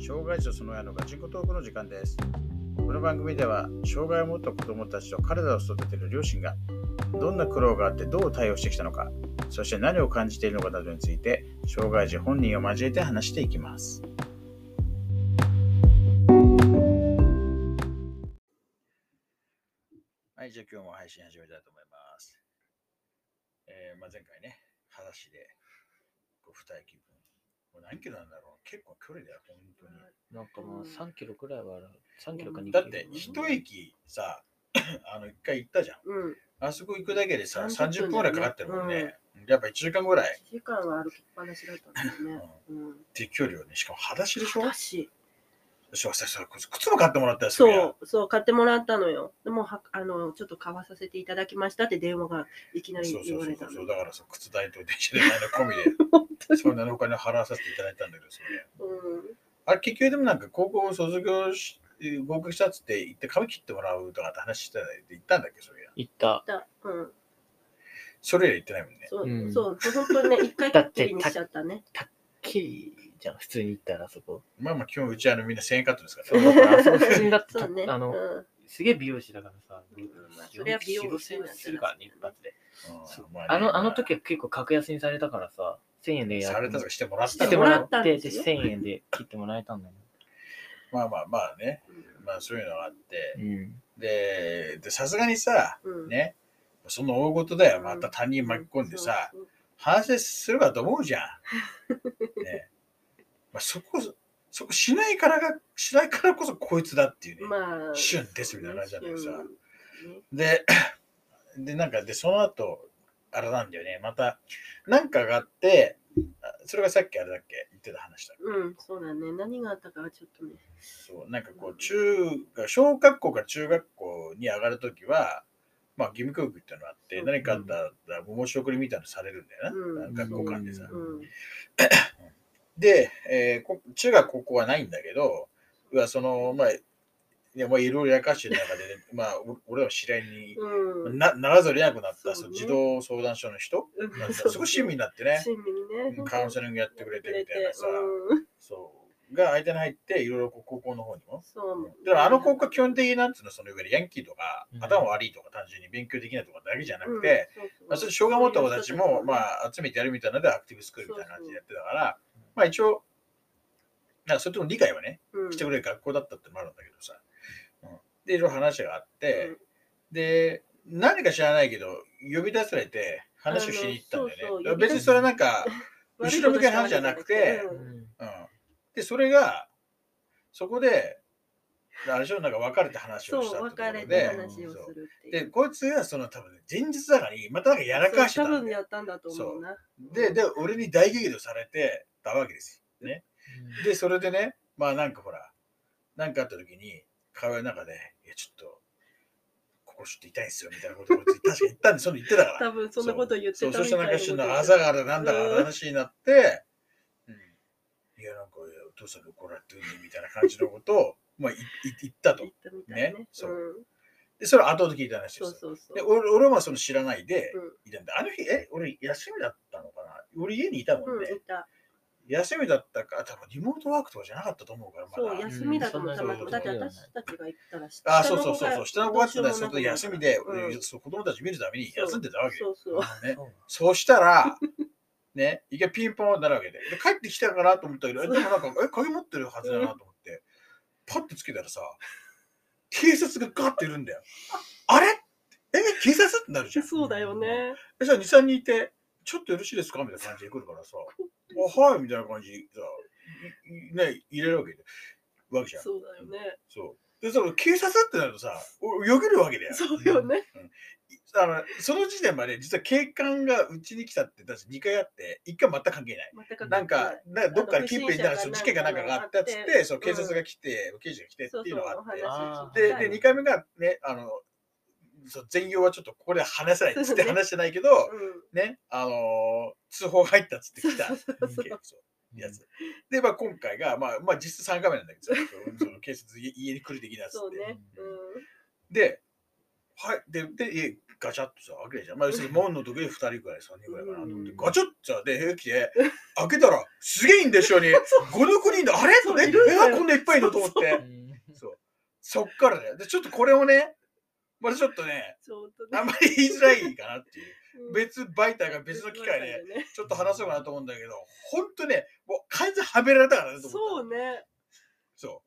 障害児とその親のガチンコトークの時間です。この番組では、障害を持った子どもたちと彼らを育てる両親が、どんな苦労があってどう対応してきたのか、そして何を感じているのかなどについて、障害児本人を交えて話していきます。はい、じゃあ今日も配信始めたいと思います。前回ね、裸足で2駅分。もう何キロなんだろう、結構距離だよ、本当に。 なんかまあ3キロくらいはある。3キロか2キロ。 だって1駅さ、1回行ったじゃん。あそこ行くだけでさ、30分ぐらいかかってるもんね。やっぱ1時間ぐらい。 1時間は歩きっぱなしだったんだよね。 って距離をね、しかも裸足でしょ。 裸足。 靴も買ってもらったよ。 そう、買ってもらったのよ。でもちょっと買わさせていただきましたって電話がいきなり言われたの。 そうだからさ、靴代と電車代の込みで、そんなお金払わさせていただいたんだけど、それ。あれ、結局でもなんか高校を卒業し、合格したっつって言って髪切ってもらうとかって話してたで言ったんだっけ、それ。 言った。 それ以来言ってないもんね。 そう、本当にね、一回きっきりにしちゃったね。 たっきりじゃん、普通に言ったらそこ。 まあ基本うちみんな1000円カットですから。 そうだから、そこ普通にだって、すげえ美容師だからさ、 それは美容師するからね、一発で。あの時は結構格安にされたからさ、1000円でされたとかしてもらったしてもらって、1000円で切ってもらえたんだよ。 まあね、まあそういうのがあって、で、さすがにさ、ね、その大事だよ、また他人巻き込んでさ、話するかと思うじゃん。ね、まあ、そこしないからこそこいつだっていうね、旬ですみたいな感じなんだけどさ。で、その後、あれなんだよね、また、なんかがあって、それがさっきあれだっけ言ってた話だ。 そうだね。何があったかはちょっとね。 そう、なんかこう、小学校から中学校に上がるときは、まあ義務教育っていうのがあって、何かあったら申し送りみたいなのされるんだよな、学校間でさ。で、中学高校はないんだけど、まあいろいろやかしてる中で、まあ俺らは知り合いにならざるを得なくなった児童相談所の人、すごい親身になってね、カウンセリングやってくれてみたいなさ、が間に入っていろいろ高校の方にも。だから高校は基本的になんつうの、そのいわゆるヤンキーとか頭悪いとか単純に勉強できないとかだけじゃなくて、それ障害を持った子たちもまあ集めてやるみたいなのでアクティブスクールみたいな感じでやってたから、まあ一応なんかそれとも理解はねしてくれる学校だったってのもあるんだけどさ、でいろいろ話があって、で何か知らないけど呼び出されて話をしに行ったんだよね。別にそれはなんか後ろ向きな話じゃなくて、でそれがそこであれでしょ、なんか別れて話をしたってところで、こいつがその多分前日だからにまたなんかやらかしてたんだよ。 多分やったんだと思うな。 で俺に大激怒されてたわけですよね。でそれでね、まあなんかほら、なんかあった時に会話の中で、いやちょっとここちょっと痛いんですよみたいなことを確か言ったんで、その言ってたから。 多分そんなこと言ってたみたいな。 そしたらなんか朝があるなんだか話になって、いやなんかお父さんに怒られてるねみたいな感じのことをまあ言ったと。ね。そう。でそれは後々聞いた話です。で俺はその知らないでいたんで、あの日俺休みだったのかな。俺家にいたもんね。休みだったか、多分リモートワークとかじゃなかったと思うから、 そう、休みだとたまたま。だって私たちが行ったらそう、下の子がってたら、その休みで、子供たち見るために休んでたわけよ。そうしたら、ね、一回ピンポンになるわけで。帰ってきたかなと思ったけど、でもなんか、鍵持ってるはずだなと思って、パッとつけたらさ、警察がガッているんだよ。あれ警察ってなるじゃん。 そうだよね。 じゃあ2、3人いて、ちょっとよろしいですかみたいな感じで来るからさ、はいみたいな感じでさ、ね、入れるわけじゃん。 そうだよね。 そう。で、警察ってなるとさ、よぎるわけだよ。 そうよね。 その時点まで実は警官がうちに来たって確か2回あって、1回全く関係ない。なんかどっかで近辺に事件がなんかがあったっつって、警察が来て、刑事が来てっていうのがあって、で2回目がね、全容はちょっとここで話せないっつって話してないけど、ね、通報入ったっつって来たやつ。で、まあ今回が、まあ実質3回目なんだけど、その警察家に来る的なやつって。で、はい、で、 ガチャッとさ、開けるじゃん。まあ、要するに門の時に2人ぐらい、3人ぐらいかなと思って、ガチャッとさ、で、平気で、開けたら、すげえいいんでしょに、5、6人で、あれとね、こんないっぱいいるのと思って。そう。そっからね。で、ちょっとこれをね、まだちょっとね、あんまり言いづらいかなっていう。別媒体が別の機会で、ちょっと話そうかなと思うんだけど、ほんとね、もう完全にはめられたからねと思った。 そうね。 そう。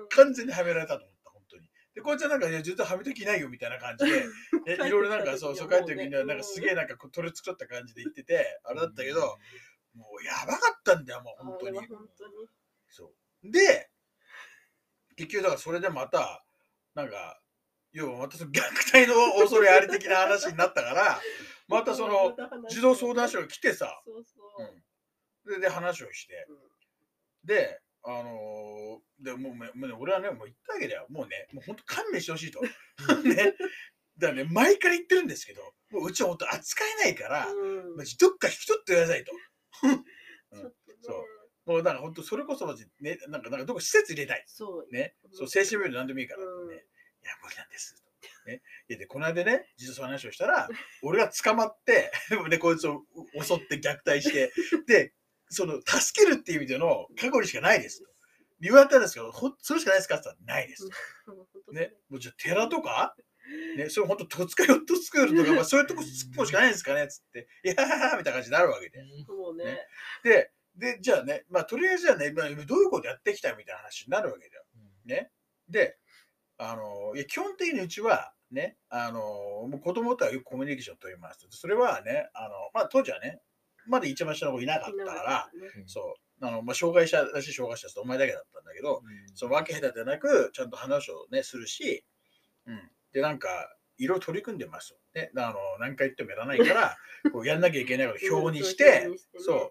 完全にはめられたと思った、本当に。で、こいつはなんか、ずっとはめときないよみたいな感じで、いろいろなんか、そう、帰った時には、なんかすげえなんか取り繕った感じで言ってて、あれだったけど、もうやばかったんだよ、もう本当に。そう。で、結局だからそれでまた、なんか、要はまたその虐待の恐れあり的な話になったから、またその児童相談所が来てさ、で話をして、で、でもう俺はね、もう言ったわけだよ。もうね、もう本当勘弁してほしいと。ね。だからね、前から言ってるんですけど、もううちは本当扱えないから、どっか引き取ってくださいと。そう。もうなんか本当それこそね、なんかどこ施設入れたい。ね。そう、精神病院なんでもいいから。ね。いや、無理なんです。ね。で、この間ね、実はその話をしたら、俺が捕まって、で、こいつを襲って虐待して、で、その、助けるっていう意味での覚悟にしかないですと。言われたんですけど、それしかないですかって言ったらないですと。ね。もうじゃあ寺とかね、それ本当戸塚ヨットスクールとか、まあそういうとこしかないんですかねっつって、いやーみたいな感じになるわけで。ね、で、じゃあね、まあとりあえずじゃあね、まあ、どういうことやってきたみたいな話になるわけだよ。ね。で、いや基本的にうちは、ね、もう子供とはよくコミュニケーションを取ります。それはね、まあ当時はね、まだ一番下の子いなかったから、そう、まあ、障害者だし、障害者とお前だけだったんだけど、その分け隔てなく、ちゃんと話をね、するし、で、なんか、いろいろ取り組んでますよ。ね、何回言ってもやらないから、こうやんなきゃいけないことを表にして、そう、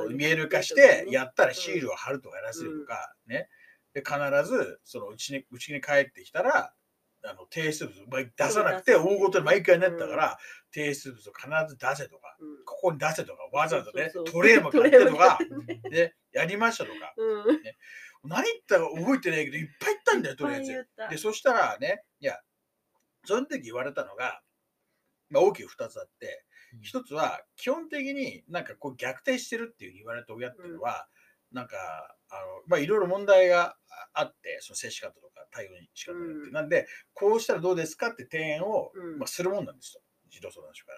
見える化して、やったらシールを貼るとかやらせるとか、ね。で、必ず、そのうちに帰ってきたら、提出物、出さなくて、大ごとに毎回なったから、提出物を必ず出せとか、ここに出せとか、わざわざね、トレーも買ってとか、ね、やりましたとか、ね。何言ったか覚えてないけど、いっぱい言ったんだよ、とりあえず。で、そしたらね、いや、その時言われたのが、まあ、大きく2つあって、1つは、基本的になんかこう虐待してるっていう言われた親っていうのは、なんか、まあ、いろいろ問題があって、その接し方とか対応に仕方によって。なんで、こうしたらどうですかって提案を、まあ、するもんなんですよ。児童相談所から。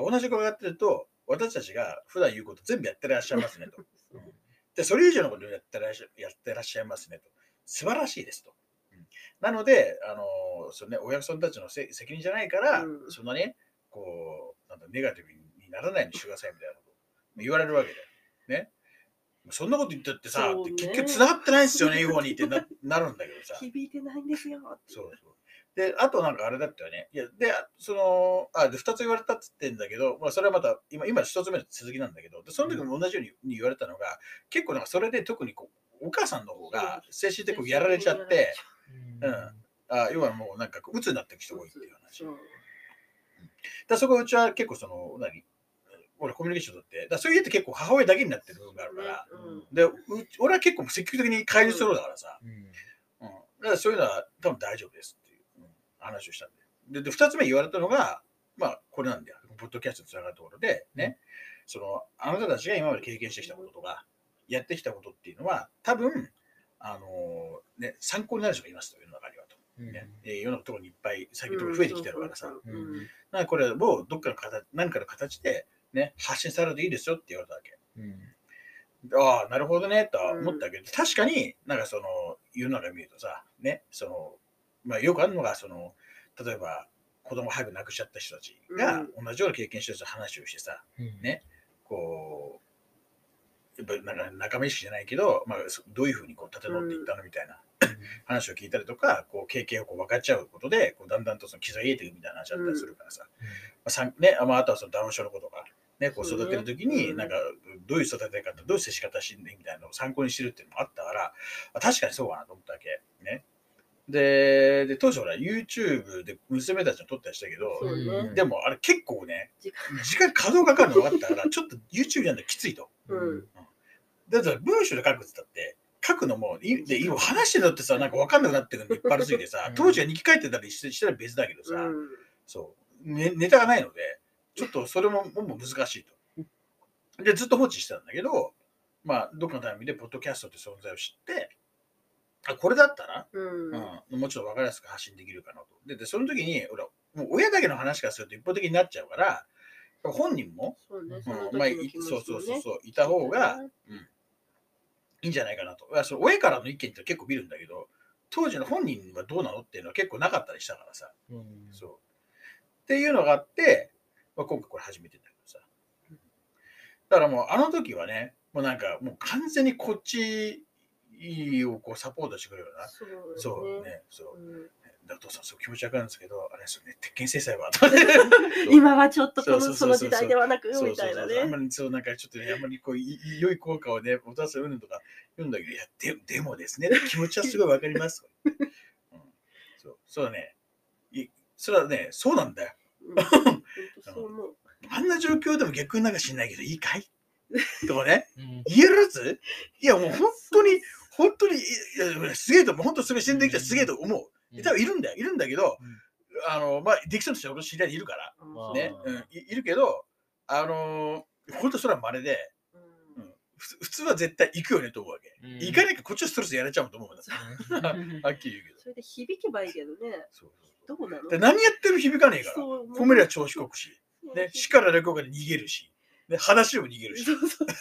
同じ子がやってると、私たちが普段言うこと全部やってらっしゃいますねと。で、それ以上のことをやってらっしゃいますねと。素晴らしいですと。なので、そのね、親さんたちの責任じゃないから、そんなに、こう、なんだ、ネガティブにならないようにしてくださいみたいなこと言われるわけだよ。ね。そんなこと言ったってさ、結局繋がってないんですよね、英語にってなるんだけどさ。 響いてないんですよ。 そうそう。で、あとなんかあれだったよね。いや、で、2つ言われたって言ってんだけど、まあそれはまた、今1つ目の続きなんだけど、でその時も同じように言われたのが、結構なんかそれで特にこう、お母さんの方が精神的にやられちゃって、要はもうなんか鬱になってる人が多いっていう話。だそこうちは結構俺コミュニケーション取って、そういう家って結構母親だけになってる部分があるから、で、俺は結構積極的に介入するだからさ、だからそういうのは多分大丈夫ですっていう話をしたんで。で、2つ目言われたのが、まあ、これなんだよ。ポッドキャストにつながるところで、ね、あなたたちが今まで経験してきたこととか、やってきたことっていうのは、多分、ね、参考になる人がいますと、世の中にはと。ね、世のところにいっぱい最近とか増えてきてるからさ。なんかこれをどっかの形、何かの形で、ね、発信されるといいですよって言われたわけ。ああ、なるほどね、とは思ったけど、確かになんか世の中見るとさ、ね、まあよくあるのが、例えば子供早く亡くしちゃった人たちが同じような経験してる人と話をしてさ、ね、こう、やっぱりなんか仲間意識じゃないけど、まあどういうふうにこう立て直っていったのみたいな話を聞いたりとか、こう経験をこう分かっちゃうことで、こうだんだんと傷が癒えていくみたいな話だったりするからさ、あとはダウン症のことか。ね、こう育てるときに、なんか、どういう育て方、どういう接し方してんねみたいなのを参考にしてるっていうのもあったから、確かにそうかなと思ったわけ。ね。で、当初ほら、YouTube で娘たちの撮ったりしたけど、でもあれ結構ね、時間稼働かかるの分かったから、ちょっと YouTube やるのきついと。だから文章で書くって言ったって、書くのも、今話してるのってさ、なんか分かんなくなってるのいっぱいありすぎてさ、当時は日記書いてたりしたら別だけどさ、そう。 ネタがないので、ちょっとそれももう難しいと。で、ずっと放置してたんだけど、まあ、どっかのタイミングで、ポッドキャストって存在を知って、あ、これだったら、もうちょっと分かりやすく発信できるかなと。で、その時に、俺、もう親だけの話からすると一方的になっちゃうから、本人も、まあ、いた方が、いいんじゃないかなと。その親からの意見って結構見るんだけど、当時の本人はどうなのっていうのは結構なかったりしたからさ。そう。っていうのがあって、まあ、今回これ始めてんだけどさ。だからもうあの時はね、もうなんかもう完全にこっちをこうサポートしてくれるような。そうね。そう。お父さん、そう気持ちわかるんですけど、あれですよね、鉄拳制裁は。 今はちょっとその時代ではなく、みたいなね。 あんまりそう、なんかちょっとね、あんまりこう、良い効果をね、お父さんうんとか言うんだけど、いや、でもですね、気持ちはすごいわかります。そうだね。それはね、そうなんだよ。あんな状況でも逆になんか知んないけど、いいかいとかね、言えるやついや、もう本当に、すげえと、本当それ死んできたらすげえと思う。多分いるんだけど、まあ、できそうとして俺知り合いにいるから、ね、いるけど、本当それは稀で、普通は絶対行くよねと思うわけ。行かなきゃこっちのストレスやれちゃうと思うんだ。はっきり言うけど。 それで響けばいいけどね。どうなの？ 何やっても響かねえから。褒めりゃ調子こくし、ね、死からレコが逃げるし、ね、話も逃げるし。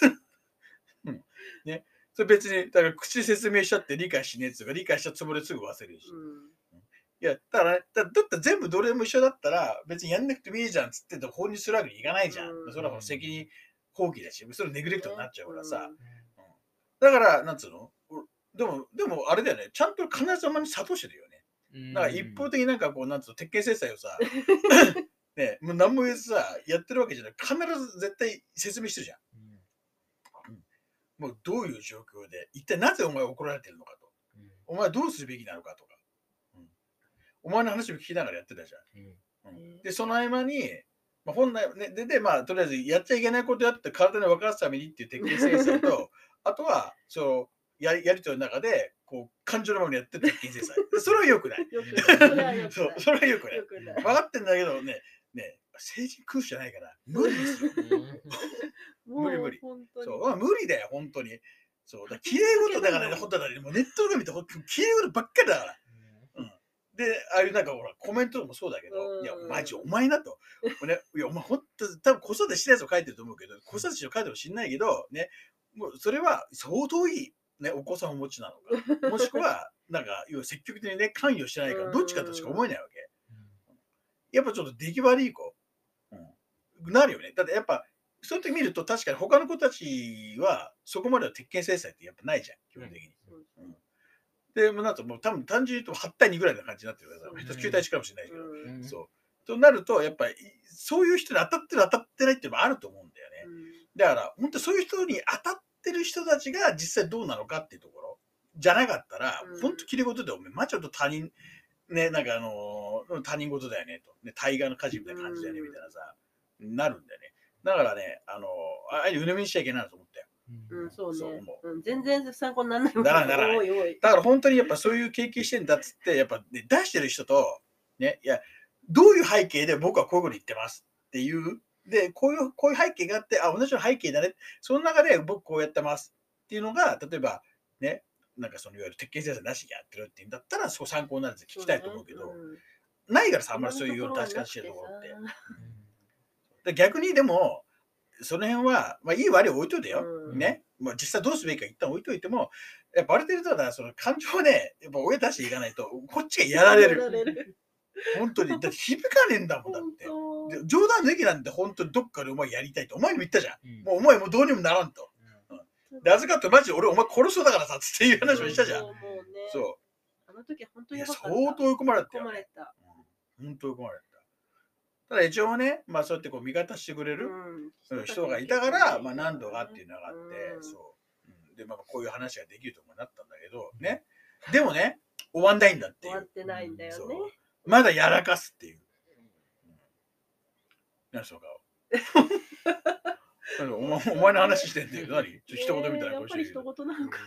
ね、それ別に、だから口で説明しちゃって理解しねえっつうか、理解したつもりですぐ忘れるし。いや、だから全部どれも一緒だったら、別にやんなくてもいいじゃんっつって法にするわけにいかないじゃん。それはもう責任放棄だし、それネグレクトになっちゃうからさ。だから、なんつうのでもあれだよね、ちゃんと必ずに諭してるよね。だから一方的になんかこう、なんつうの、鉄拳制裁をさ、ね、もう何も言えずさ、やってるわけじゃない。必ず絶対説明してるじゃん。もうどういう状況で、一体なぜお前怒られてるのかと。お前どうするべきなのかとか。お前の話を聞きながらやってたじゃん。で、その合間に、まあ、本来、ね、まあ、とりあえずやっちゃいけないことやって体に分からすためにっていう鉄拳制裁と、あとは、やりとりの中で、こう、感情のままにやって鉄拳制裁。それは良くない。そう、それは良くない。分かってんだけどね、成人君主じゃないから、無理ですよ。無理。そう、無理だよ、本当に。そう、だ綺麗事だからね、本当だね、もうネットが見て、綺麗事ばっかりだから。で、ああいうなんかほら、コメントもそうだけど、いや、マジお前なと。いや、お前ほんと、多分子育てしてるやつを書いてると思うけど、子育てしてる書いてるかもしんないけど、ね、もうそれは相当いい、ね、お子さんをお持ちなのか、もしくは、なんか、要は積極的にね、関与してないから、どっちかとしか思えないわけ。やっぱちょっと出来悪い子、なるよね。だってやっぱ、そういう時見ると確かに他の子たちは、そこまでは鉄拳制裁ってやっぱないじゃん、基本的に。で、なんともう多分単純に言うと8対2ぐらいの感じになってるからさ、9対1かもしれないけど、そう。となると、やっぱり、そういう人に当たってる当たってないっていうのもあると思うんだよね。だから、本当そういう人に当たってる人たちが実際どうなのかっていうところじゃなかったら、本当きれい事でお前、まあちょっと他人、ね、なんか他人事だよねと。ね、対岸の火事みたいな感じだよね、みたいなさ、なるんだよね。だからね、ああいう鵜呑みにしちゃいけないなと思ったよ。 そうね。全然参考にならないもん。 ならない。だから本当にやっぱそういう経験してんだっつって、やっぱ、ね、出してる人と、ね、いや、どういう背景で僕はこういうこと言ってますっていう、で、こういう背景があって、あ、同じような背景だね。その中で僕こうやってますっていうのが、例えば、ね、なんかいわゆる鉄拳制裁なしにやってるっていうんだったら、そう参考になるんで聞きたいと思うけど、ないからさ、あんまりそういうような出し方してるところって。で逆にでも、その辺は、まあ、いい悪い置いといてよ。ね。まあ、実際どうすべきか一旦置いといても、やっぱある程度だから、その感情をね、やっぱ親出していかないと、こっちがやられる。本当に。だって響かねえんだもん、だって。冗談抜きなんて本当にどっかでお前やりたいと。お前にも言ったじゃん。もうお前もうどうにもならんと。で、預かってマジで俺お前殺そうだからさ、つっていう話をしたじゃん。そう。 あの時は本当に相当追い込まれたよ。本当追い込まれた。ただ一応ね、まあそうやってこう味方してくれる人がいたから、まあ何度かっていうのがあって、そう。で、まあこういう話ができるとこになったんだけど、ね。でもね、終わんないんだっていう。 終わってないんだよね。 まだやらかすっていう。何その顔。お前の話してんだよ。何一言みたいなやっぱり一言なんか。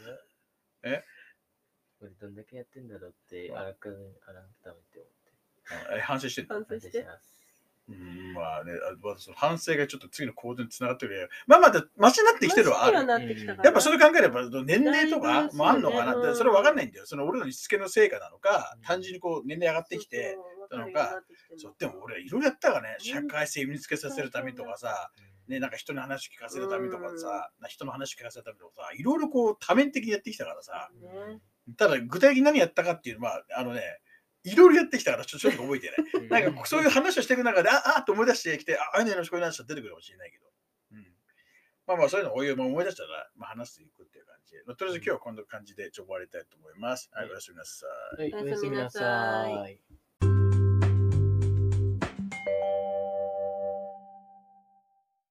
これどんだけやってんだろうって改めて思って。 反省してる。 反省して。 まあね、その反省がちょっと次の行動につながってるよ。まあまだマシになってきてるはある。やっぱそれ考えれば年齢とかもあんのかなって、それは分かんないんだよ。その俺らのしつけの成果なのか、単純にこう年齢上がってきてなのか、でも俺いろいろやったからね、社会性身につけさせるためとかさ、ね、なんか人の話聞かせるためとかさ、人の話聞かせるためとかさ、いろいろこう多面的にやってきたからさ、ただ具体的に何やったかっていうのは、いろいろやってきたからちょっと覚えてない。なんかそういう話をしていく中で、あっと思い出してきて、ああいうのよろしくお願いします出てくるかもしれないけど。まあまあそういうのを思い出したら、まあ、話していくっていう感じで。とりあえず今日はこんな感じで終わりたいと思います。はい、おやすみなさい。 はい、おやすみなさい。